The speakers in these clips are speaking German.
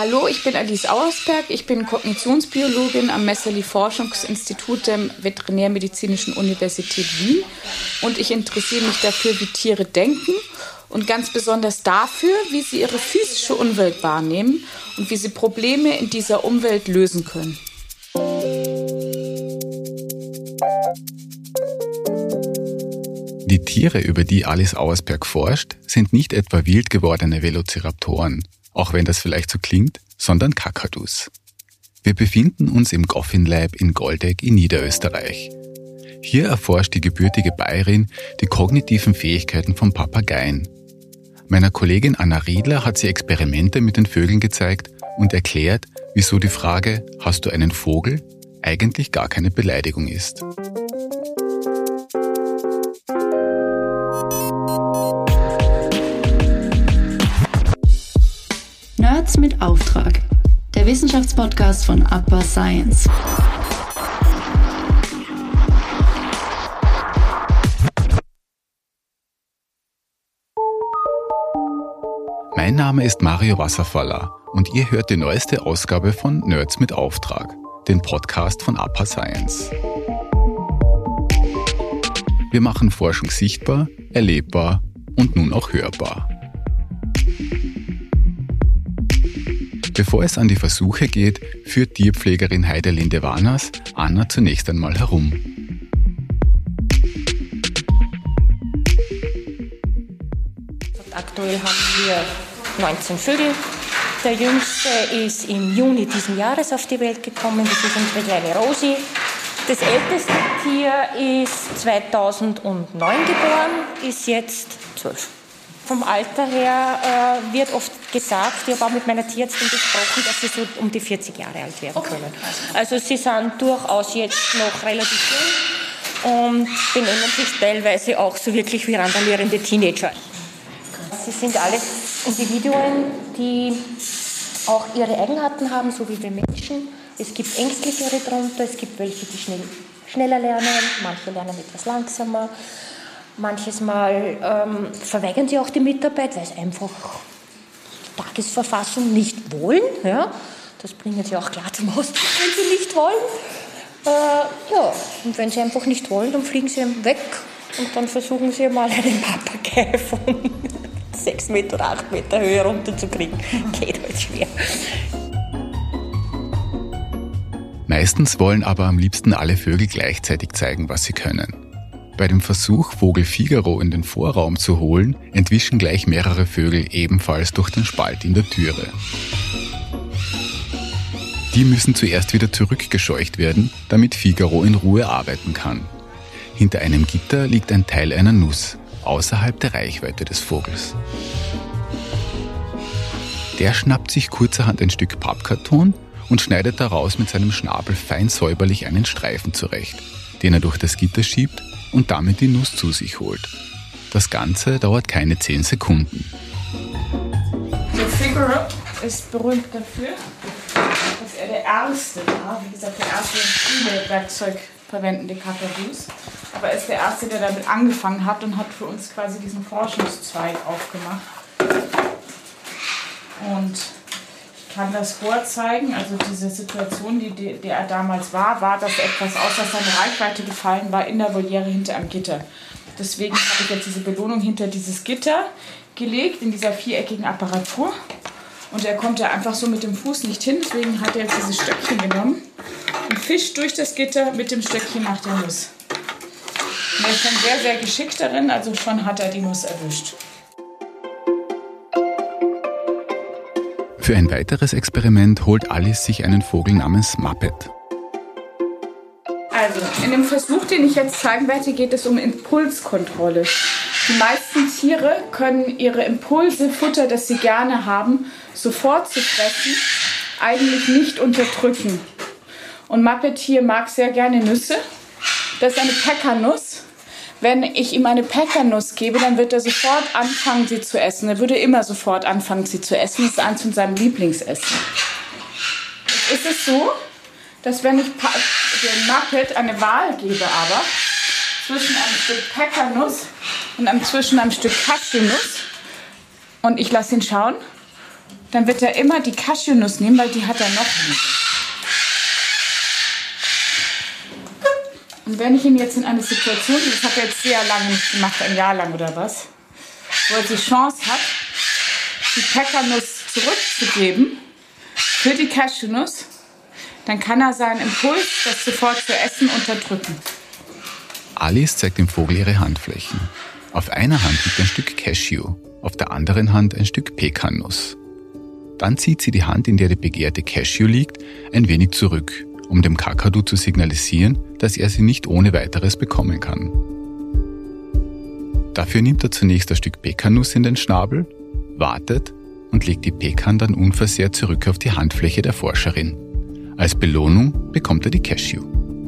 Hallo, ich bin Alice Auersberg, ich bin Kognitionsbiologin am Messerli-Forschungsinstitut der Veterinärmedizinischen Universität Wien und ich interessiere mich dafür, wie Tiere denken und ganz besonders dafür, wie sie ihre physische Umwelt wahrnehmen und wie sie Probleme in dieser Umwelt lösen können. Die Tiere, über die Alice Auersberg forscht, sind nicht etwa wild gewordene Velociraptoren, auch wenn das vielleicht so klingt, sondern Kakadus. Wir befinden uns im Goffin Lab in Goldeck in Niederösterreich. Hier erforscht die gebürtige Bayerin die kognitiven Fähigkeiten von Papageien. Meiner Kollegin Anna Riedler hat sie Experimente mit den Vögeln gezeigt und erklärt, wieso die Frage „Hast du einen Vogel?" eigentlich gar keine Beleidigung ist. Nerds mit Auftrag, der Wissenschaftspodcast von Upper Science. Mein Name ist Mario Wasserfaller und ihr hört die neueste Ausgabe von Nerds mit Auftrag, den Podcast von Upper Science. Wir machen Forschung sichtbar, erlebbar und nun auch hörbar. Bevor es an die Versuche geht, führt Tierpflegerin Heidelinde Warners Anna zunächst einmal herum. Aktuell haben wir 19 Vögel. Der jüngste ist im Juni diesen Jahres auf die Welt gekommen. Das ist unsere kleine Rosi. Das älteste Tier ist 2009 geboren, ist jetzt 12. Vom Alter her wird oft gesagt, ich habe auch mit meiner Tierärztin gesprochen, dass sie so um die 40 Jahre alt werden können. Also sie sind durchaus jetzt noch relativ jung und benehmen sich teilweise auch so wirklich wie randalierende Teenager. Sie sind alles Individuen, die auch ihre Eigenarten haben, so wie wir Menschen. Es gibt Ängstlichere drunter, es gibt welche, die schneller lernen, manche lernen etwas langsamer. Manches Mal verweigern sie auch die Mitarbeit, weil sie einfach Tagesverfassung nicht wollen. Ja? Das bringen sie auch klar zum Ausdruck, wenn sie nicht wollen. Und wenn sie einfach nicht wollen, dann fliegen sie weg und dann versuchen sie mal einen Papagei von 6 Meter oder 8 Meter Höhe runterzukriegen. Geht halt schwer. Meistens wollen aber am liebsten alle Vögel gleichzeitig zeigen, was sie können. Bei dem Versuch, Vogel Figaro in den Vorraum zu holen, entwischen gleich mehrere Vögel ebenfalls durch den Spalt in der Türe. Die müssen zuerst wieder zurückgescheucht werden, damit Figaro in Ruhe arbeiten kann. Hinter einem Gitter liegt ein Teil einer Nuss, außerhalb der Reichweite des Vogels. Der schnappt sich kurzerhand ein Stück Pappkarton und schneidet daraus mit seinem Schnabel fein säuberlich einen Streifen zurecht, den er durch das Gitter schiebt und damit die Nuss zu sich holt. Das Ganze dauert keine 10 Sekunden. Der Figaro ist berühmt dafür, dass er der erste war, wie gesagt, der erste viele werkzeugverwendende Kakadus. Aber er ist der erste, der damit angefangen hat und hat für uns quasi diesen Forschungszweig aufgemacht. Und ich kann das vorzeigen, also diese Situation, die er damals war, dass etwas außer seiner Reichweite gefallen war in der Voliere hinter einem Gitter. Deswegen habe ich jetzt diese Belohnung hinter dieses Gitter gelegt, in dieser viereckigen Apparatur. Und er konnte einfach so mit dem Fuß nicht hin, deswegen hat er jetzt dieses Stöckchen genommen und fischt durch das Gitter mit dem Stöckchen nach der Nuss. Und er ist schon sehr, sehr geschickt darin, also schon hat er die Nuss erwischt. Für ein weiteres Experiment holt Alice sich einen Vogel namens Muppet. Also, in dem Versuch, den ich jetzt zeigen werde, geht es um Impulskontrolle. Die meisten Tiere können ihre Impulse, Futter, das sie gerne haben, sofort zu fressen, eigentlich nicht unterdrücken. Und Muppet hier mag sehr gerne Nüsse. Das ist eine Peckernuss. Wenn ich ihm eine Peckernuss gebe, dann wird er sofort anfangen, sie zu essen. Er würde immer sofort anfangen, sie zu essen. Das ist eins von seinem Lieblingsessen. Jetzt ist es so, dass wenn ich dem Muppet eine Wahl gebe, aber zwischen einem Stück Peckernuss und zwischen einem Stück Cashewnuss und ich lasse ihn schauen, dann wird er immer die Cashewnuss nehmen, weil die hat er noch lieber. Und wenn ich ihn jetzt in eine Situation, das hat er jetzt sehr lange nicht gemacht, ein Jahr lang oder was, wo er die Chance hat, die Peckernuss zurückzugeben für die Cashewnuss, dann kann er seinen Impuls, das sofort zu essen, unterdrücken. Alice zeigt dem Vogel ihre Handflächen. Auf einer Hand liegt ein Stück Cashew, auf der anderen Hand ein Stück Pekannuss. Dann zieht sie die Hand, in der die begehrte Cashew liegt, ein wenig zurück, um dem Kakadu zu signalisieren, dass er sie nicht ohne weiteres bekommen kann. Dafür nimmt er zunächst ein Stück Pekannuss in den Schnabel, wartet und legt die Pekan dann unversehrt zurück auf die Handfläche der Forscherin. Als Belohnung bekommt er die Cashew.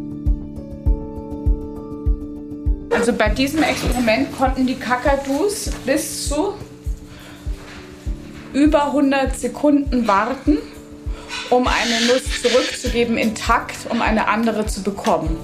Also bei diesem Experiment konnten die Kakadus bis zu über 100 Sekunden warten, um eine Nuss zurückzugeben intakt, um eine andere zu bekommen.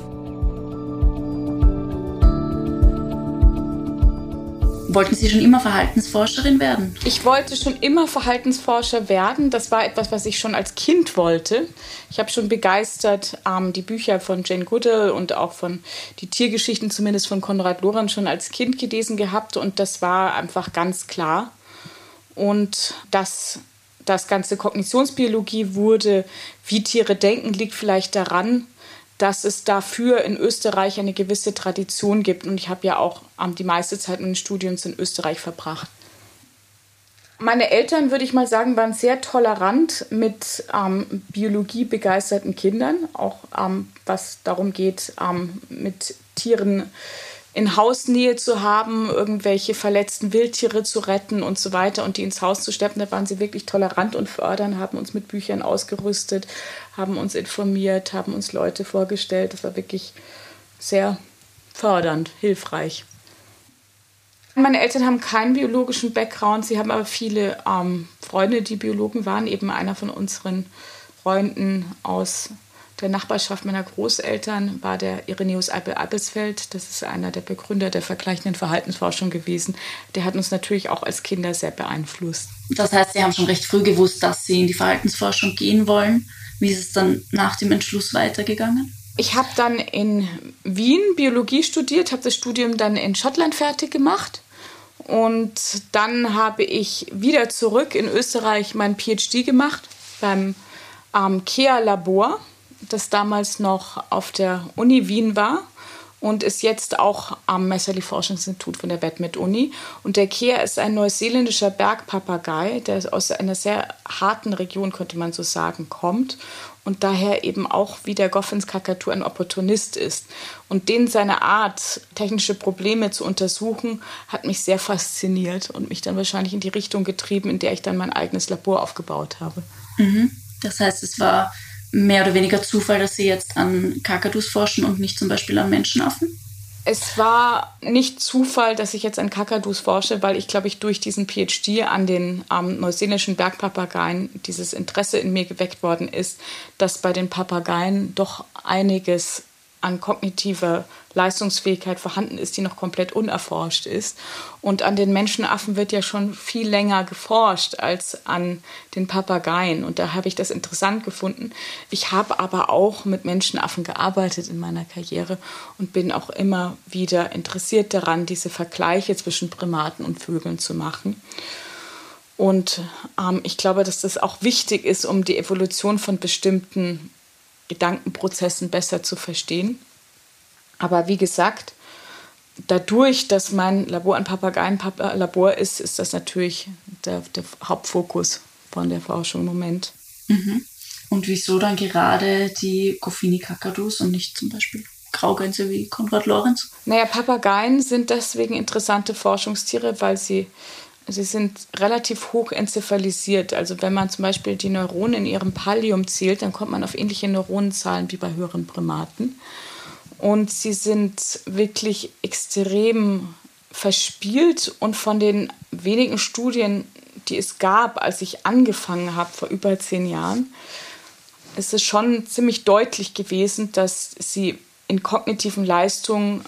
Wollten Sie schon immer Verhaltensforscherin werden? Ich wollte schon immer Verhaltensforscher werden. Das war etwas, was ich schon als Kind wollte. Ich habe schon begeistert die Bücher von Jane Goodall und auch von die Tiergeschichten, zumindest von Konrad Lorenz, schon als Kind gelesen gehabt. Und das war einfach ganz klar. Und das ganze Kognitionsbiologie wurde, wie Tiere denken, liegt vielleicht daran, dass es dafür in Österreich eine gewisse Tradition gibt. Und ich habe ja auch die meiste Zeit meines Studiums in Österreich verbracht. Meine Eltern, würde ich mal sagen, waren sehr tolerant mit biologiebegeisterten Kindern. Auch was darum geht, mit Tieren in Hausnähe zu haben, irgendwelche verletzten Wildtiere zu retten und so weiter und die ins Haus zu schleppen. Da waren sie wirklich tolerant und fördernd, haben uns mit Büchern ausgerüstet, haben uns informiert, haben uns Leute vorgestellt. Das war wirklich sehr fördernd, hilfreich. Meine Eltern haben keinen biologischen Background. Sie haben aber viele Freunde, die Biologen waren. Eben einer von unseren Freunden aus der Nachbarschaft meiner Großeltern war der Irenäus Appel-Appelsfeld. Das ist einer der Begründer der vergleichenden Verhaltensforschung gewesen. Der hat uns natürlich auch als Kinder sehr beeinflusst. Das heißt, Sie haben schon recht früh gewusst, dass Sie in die Verhaltensforschung gehen wollen. Wie ist es dann nach dem Entschluss weitergegangen? Ich habe dann in Wien Biologie studiert, habe das Studium dann in Schottland fertig gemacht. Und dann habe ich wieder zurück in Österreich meinen PhD gemacht beim KEA-Labor, das damals noch auf der Uni Wien war und ist jetzt auch am Messerli-Forschungsinstitut von der Westmead-Uni. Und der KEA ist ein neuseeländischer Bergpapagei, der aus einer sehr harten Region, könnte man so sagen, kommt und daher eben auch wie der Goffinskakadu ein Opportunist ist. Und den seine Art, technische Probleme zu untersuchen, hat mich sehr fasziniert und mich dann wahrscheinlich in die Richtung getrieben, in der ich dann mein eigenes Labor aufgebaut habe. Mhm. Das heißt, es war mehr oder weniger Zufall, dass Sie jetzt an Kakadus forschen und nicht zum Beispiel an Menschenaffen? Es war nicht Zufall, dass ich jetzt an Kakadus forsche, weil ich glaube, ich durch diesen PhD an den neuseeländischen Bergpapageien dieses Interesse in mir geweckt worden ist, dass bei den Papageien doch einiges an kognitiver Leistungsfähigkeit vorhanden ist, die noch komplett unerforscht ist. Und an den Menschenaffen wird ja schon viel länger geforscht als an den Papageien. Und da habe ich das interessant gefunden. Ich habe aber auch mit Menschenaffen gearbeitet in meiner Karriere und bin auch immer wieder interessiert daran, diese Vergleiche zwischen Primaten und Vögeln zu machen. Und ich glaube, dass das auch wichtig ist, um die Evolution von bestimmten Gedankenprozessen besser zu verstehen. Aber wie gesagt, dadurch, dass mein Labor ein Papageienlabor ist, ist das natürlich der Hauptfokus von der Forschung im Moment. Mhm. Und wieso dann gerade die Goffini-Kakadus und nicht zum Beispiel Graugänse wie Konrad Lorenz? Naja, Papageien sind deswegen interessante Forschungstiere, weil sie sind relativ hoch enzephalisiert. Also wenn man zum Beispiel die Neuronen in ihrem Pallium zählt, dann kommt man auf ähnliche Neuronenzahlen wie bei höheren Primaten. Und sie sind wirklich extrem verspielt. Und von den wenigen Studien, die es gab, als ich angefangen habe, vor über 10 Jahren, ist es schon ziemlich deutlich gewesen, dass sie in kognitiven Leistungen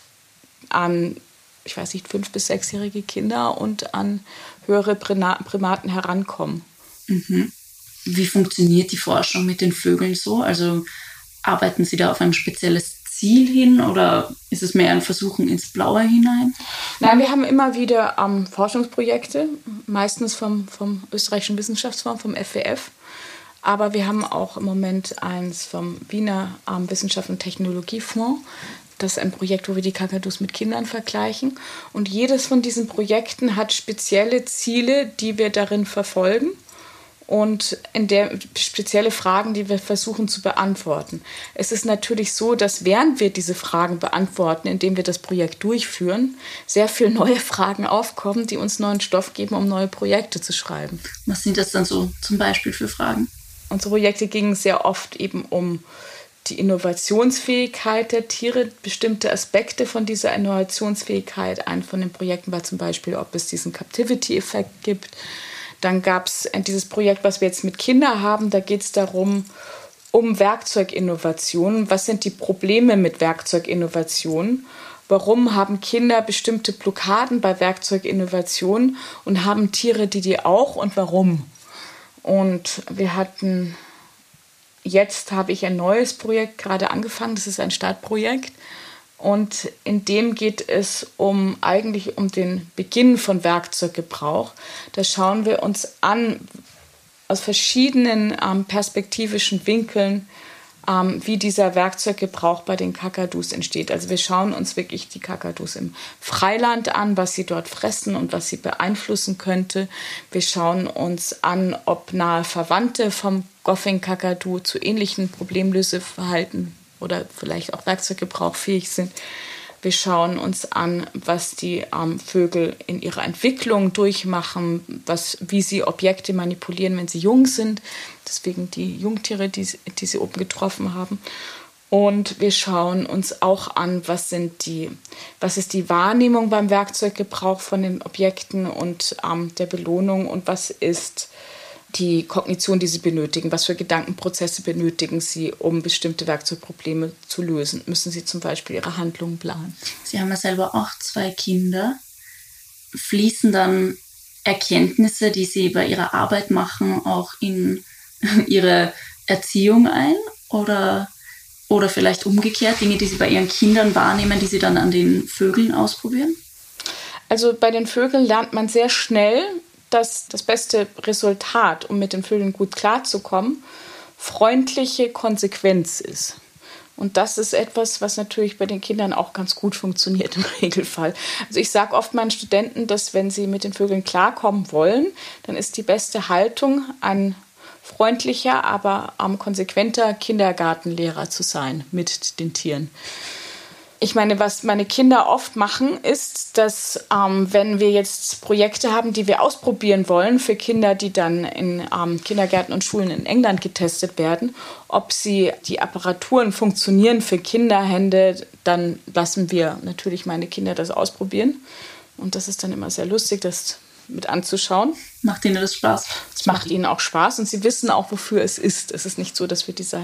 an 5- bis 6-jährige Kinder und an höhere Primaten herankommen. Mhm. Wie funktioniert die Forschung mit den Vögeln so? Also arbeiten Sie da auf ein spezielles Ziel hin oder ist es mehr ein Versuchen ins Blaue hinein? Nein, wir haben immer wieder Forschungsprojekte, meistens vom Österreichischen Wissenschaftsfonds, vom FWF. Aber wir haben auch im Moment eins vom Wiener Wissenschaft- und Technologiefonds. Das ist ein Projekt, wo wir die Kakadus mit Kindern vergleichen. Und jedes von diesen Projekten hat spezielle Ziele, die wir darin verfolgen. Und in der spezielle Fragen, die wir versuchen zu beantworten. Es ist natürlich so, dass während wir diese Fragen beantworten, indem wir das Projekt durchführen, sehr viele neue Fragen aufkommen, die uns neuen Stoff geben, um neue Projekte zu schreiben. Was sind das dann so zum Beispiel für Fragen? Unsere Projekte gingen sehr oft eben um die Innovationsfähigkeit der Tiere, bestimmte Aspekte von dieser Innovationsfähigkeit. Ein von den Projekten war zum Beispiel, ob es diesen Captivity-Effekt gibt. Dann gab es dieses Projekt, was wir jetzt mit Kindern haben. Da geht es darum, um Werkzeuginnovationen. Was sind die Probleme mit Werkzeuginnovationen? Warum haben Kinder bestimmte Blockaden bei Werkzeuginnovationen und haben Tiere die auch und warum? Und jetzt habe ich ein neues Projekt gerade angefangen. Das ist ein Startprojekt. Und in dem geht es eigentlich um den Beginn von Werkzeuggebrauch. Da schauen wir uns an, aus verschiedenen perspektivischen Winkeln, wie dieser Werkzeuggebrauch bei den Kakadus entsteht. Also wir schauen uns wirklich die Kakadus im Freiland an, was sie dort fressen und was sie beeinflussen könnte. Wir schauen uns an, ob nahe Verwandte vom Goffin-Kakadu zu ähnlichen Problemlöseverhalten oder vielleicht auch Werkzeuggebrauch fähig sind. Wir schauen uns an, was die Vögel in ihrer Entwicklung durchmachen, wie sie Objekte manipulieren, wenn sie jung sind. Deswegen die Jungtiere, die sie oben getroffen haben. Und wir schauen uns auch an, was ist die Wahrnehmung beim Werkzeuggebrauch von den Objekten und der Belohnung und was ist die Kognition, die sie benötigen. Was für Gedankenprozesse benötigen sie, um bestimmte Werkzeugprobleme zu lösen? Müssen sie zum Beispiel ihre Handlungen planen? Sie haben ja selber auch 2 Kinder. Fließen dann Erkenntnisse, die Sie bei Ihrer Arbeit machen, auch in Ihre Erziehung ein? Oder vielleicht umgekehrt, Dinge, die Sie bei Ihren Kindern wahrnehmen, die Sie dann an den Vögeln ausprobieren? Also bei den Vögeln lernt man sehr schnell, dass das beste Resultat, um mit den Vögeln gut klarzukommen, freundliche Konsequenz ist. Und das ist etwas, was natürlich bei den Kindern auch ganz gut funktioniert im Regelfall. Also ich sage oft meinen Studenten, dass wenn sie mit den Vögeln klarkommen wollen, dann ist die beste Haltung, ein freundlicher, aber konsequenter Kindergartenlehrer zu sein mit den Tieren. Ich meine, was meine Kinder oft machen, ist, dass wenn wir jetzt Projekte haben, die wir ausprobieren wollen für Kinder, die dann in Kindergärten und Schulen in England getestet werden, ob die Apparaturen funktionieren für Kinderhände, dann lassen wir natürlich meine Kinder das ausprobieren. Und das ist dann immer sehr lustig, das mit anzuschauen. Macht Ihnen das Spaß? Es macht ihnen auch Spaß und sie wissen auch, wofür es ist. Es ist nicht so, dass wir diese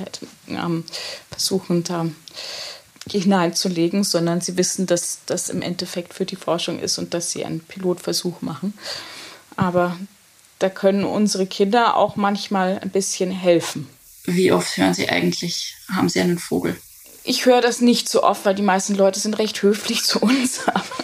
versuchen, da hineinzulegen, sondern sie wissen, dass das im Endeffekt für die Forschung ist und dass sie einen Pilotversuch machen. Aber da können unsere Kinder auch manchmal ein bisschen helfen. Wie oft haben Sie einen Vogel? Ich höre das nicht so oft, weil die meisten Leute sind recht höflich zu uns.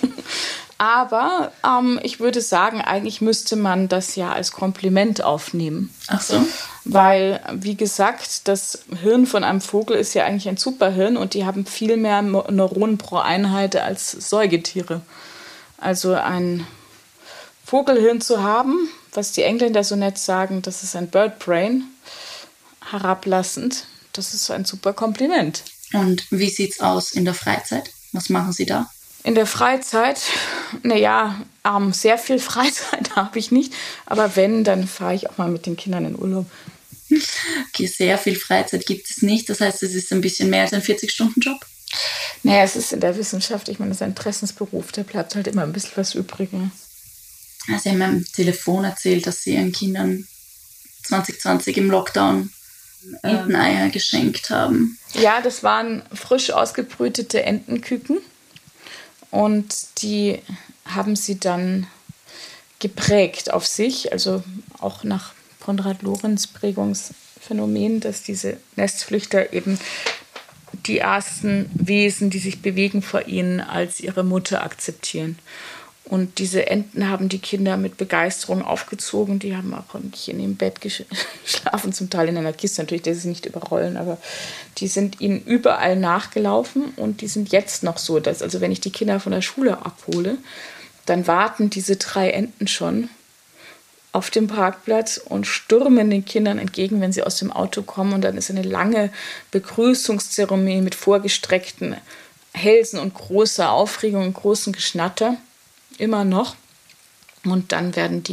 Aber ich würde sagen, eigentlich müsste man das ja als Kompliment aufnehmen. Ach so. Weil, wie gesagt, das Hirn von einem Vogel ist ja eigentlich ein Superhirn und die haben viel mehr Neuronen pro Einheit als Säugetiere. Also ein Vogelhirn zu haben, was die Engländer so nett sagen, das ist ein Bird Brain, herablassend, das ist ein super Kompliment. Und wie sieht's aus in der Freizeit? Was machen Sie da? In der Freizeit, sehr viel Freizeit habe ich nicht. Aber wenn, dann fahre ich auch mal mit den Kindern in Urlaub. Okay, sehr viel Freizeit gibt es nicht. Das heißt, es ist ein bisschen mehr als ein 40-Stunden-Job? Naja, es ist in der Wissenschaft, ich meine, das ist ein Interessensberuf. Da bleibt halt immer ein bisschen was übrig. Ne? Sie haben am Telefon erzählt, dass Sie Ihren Kindern 2020 im Lockdown Enteneier geschenkt haben. Ja, das waren frisch ausgebrütete Entenküken. Und die haben sie dann geprägt auf sich, also auch nach Konrad-Lorenz-Prägungsphänomen, dass diese Nestflüchter eben die ersten Wesen, die sich bewegen vor ihnen, als ihre Mutter akzeptieren. Und diese Enten haben die Kinder mit Begeisterung aufgezogen. Die haben auch nicht in ihrem Bett geschlafen, zum Teil in einer Kiste. Natürlich, das ist nicht überrollen, aber die sind ihnen überall nachgelaufen. Und die sind jetzt noch so, dass, also wenn ich die Kinder von der Schule abhole, dann warten diese 3 Enten schon auf dem Parkplatz und stürmen den Kindern entgegen, wenn sie aus dem Auto kommen. Und dann ist eine lange Begrüßungszeremonie mit vorgestreckten Hälsen und großer Aufregung und großem Geschnatter. Immer noch. Und dann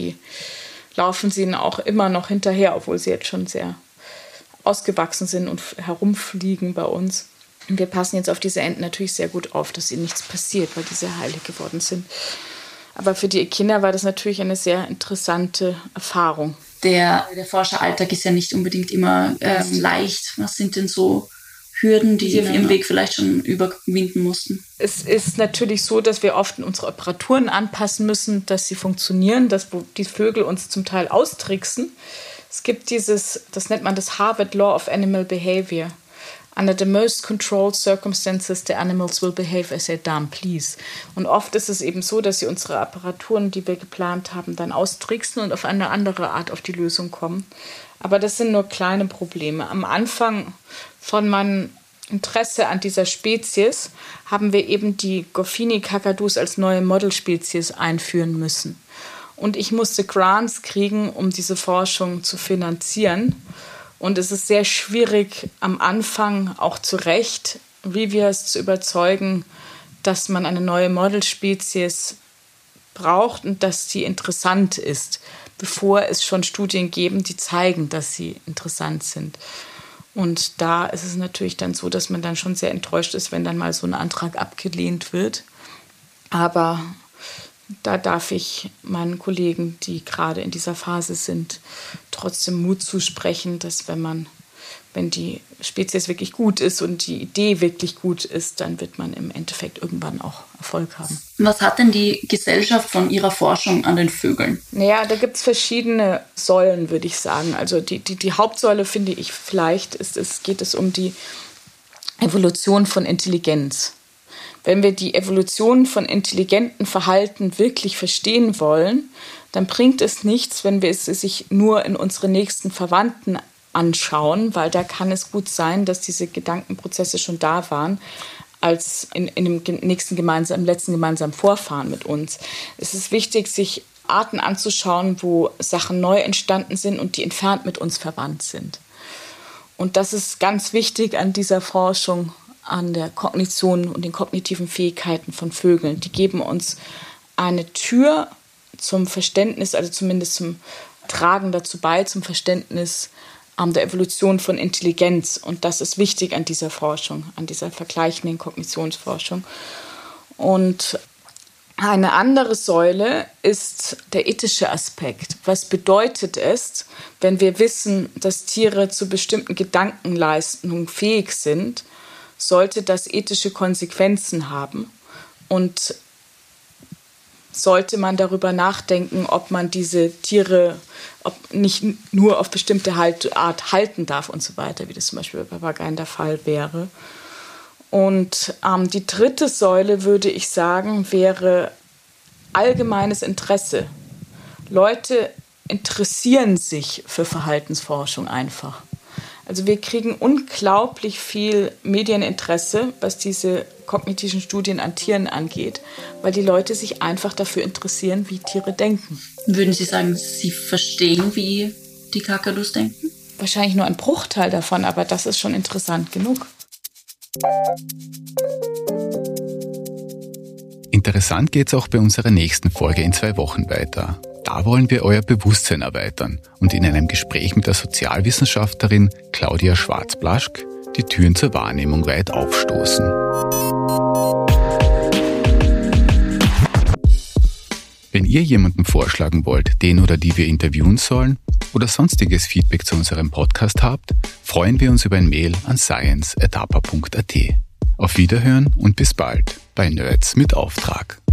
laufen sie ihnen auch immer noch hinterher, obwohl sie jetzt schon sehr ausgewachsen sind und herumfliegen bei uns. Und wir passen jetzt auf diese Enten natürlich sehr gut auf, dass ihnen nichts passiert, weil die sehr heilig geworden sind. Aber für die Kinder war das natürlich eine sehr interessante Erfahrung. Der Forscheralltag ist ja nicht unbedingt immer leicht. Was sind denn so Hürden, die Sie auf Ihrem Weg vielleicht schon überwinden mussten? Es ist natürlich so, dass wir oft unsere Operaturen anpassen müssen, dass sie funktionieren, dass die Vögel uns zum Teil austricksen. Es gibt das nennt man das Harvard Law of Animal Behavior. Under the most controlled circumstances, the animals will behave as they damn please. Und oft ist es eben so, dass sie unsere Apparaturen, die wir geplant haben, dann austricksen und auf eine andere Art auf die Lösung kommen. Aber das sind nur kleine Probleme. Am Anfang von meinem Interesse an dieser Spezies haben wir eben die Goffini-Kakadus als neue Modelspezies einführen müssen. Und ich musste Grants kriegen, um diese Forschung zu finanzieren. Und es ist sehr schwierig, am Anfang auch zu Recht Reviewers zu überzeugen, dass man eine neue Modelspezies braucht und dass sie interessant ist, bevor es schon Studien geben, die zeigen, dass sie interessant sind. Und da ist es natürlich dann so, dass man dann schon sehr enttäuscht ist, wenn dann mal so ein Antrag abgelehnt wird. Aber da darf ich meinen Kollegen, die gerade in dieser Phase sind, trotzdem Mut zusprechen, dass wenn die Spezies wirklich gut ist und die Idee wirklich gut ist, dann wird man im Endeffekt irgendwann auch Erfolg haben. Was hat denn die Gesellschaft von ihrer Forschung an den Vögeln? Naja, da gibt es verschiedene Säulen, würde ich sagen. Also die Hauptsäule, finde ich vielleicht, geht es um die Evolution von Intelligenz. Wenn wir die Evolution von intelligentem Verhalten wirklich verstehen wollen, dann bringt es nichts, wenn wir es sich nur in unsere nächsten Verwandten anschauen, weil da kann es gut sein, dass diese Gedankenprozesse schon da waren, als in dem letzten gemeinsamen Vorfahren mit uns. Es ist wichtig, sich Arten anzuschauen, wo Sachen neu entstanden sind und die entfernt mit uns verwandt sind. Und das ist ganz wichtig an dieser Forschung, an der Kognition und den kognitiven Fähigkeiten von Vögeln. Die geben uns eine Tür zum Verständnis, also zumindest zum Tragen dazu bei, zum Verständnis der Evolution von Intelligenz. Und das ist wichtig an dieser Forschung, an dieser vergleichenden Kognitionsforschung. Und eine andere Säule ist der ethische Aspekt. Was bedeutet es, wenn wir wissen, dass Tiere zu bestimmten Gedankenleistungen fähig sind, sollte das ethische Konsequenzen haben und sollte man darüber nachdenken, ob man diese Tiere nicht nur auf bestimmte Art halten darf und so weiter, wie das zum Beispiel bei Papageien der Fall wäre. Und die dritte Säule, würde ich sagen, wäre allgemeines Interesse. Leute interessieren sich für Verhaltensforschung einfach. Also wir kriegen unglaublich viel Medieninteresse, was diese kognitiven Studien an Tieren angeht, weil die Leute sich einfach dafür interessieren, wie Tiere denken. Würden Sie sagen, Sie verstehen, wie die Kakadus denken? Wahrscheinlich nur ein Bruchteil davon, aber das ist schon interessant genug. Interessant geht es auch bei unserer nächsten Folge in 2 Wochen weiter. Da wollen wir euer Bewusstsein erweitern und in einem Gespräch mit der Sozialwissenschaftlerin Claudia Schwarz-Blaschk die Türen zur Wahrnehmung weit aufstoßen. Wenn ihr jemanden vorschlagen wollt, den oder die wir interviewen sollen oder sonstiges Feedback zu unserem Podcast habt, freuen wir uns über ein Mail an science@apa.at. Auf Wiederhören und bis bald bei Nerds mit Auftrag.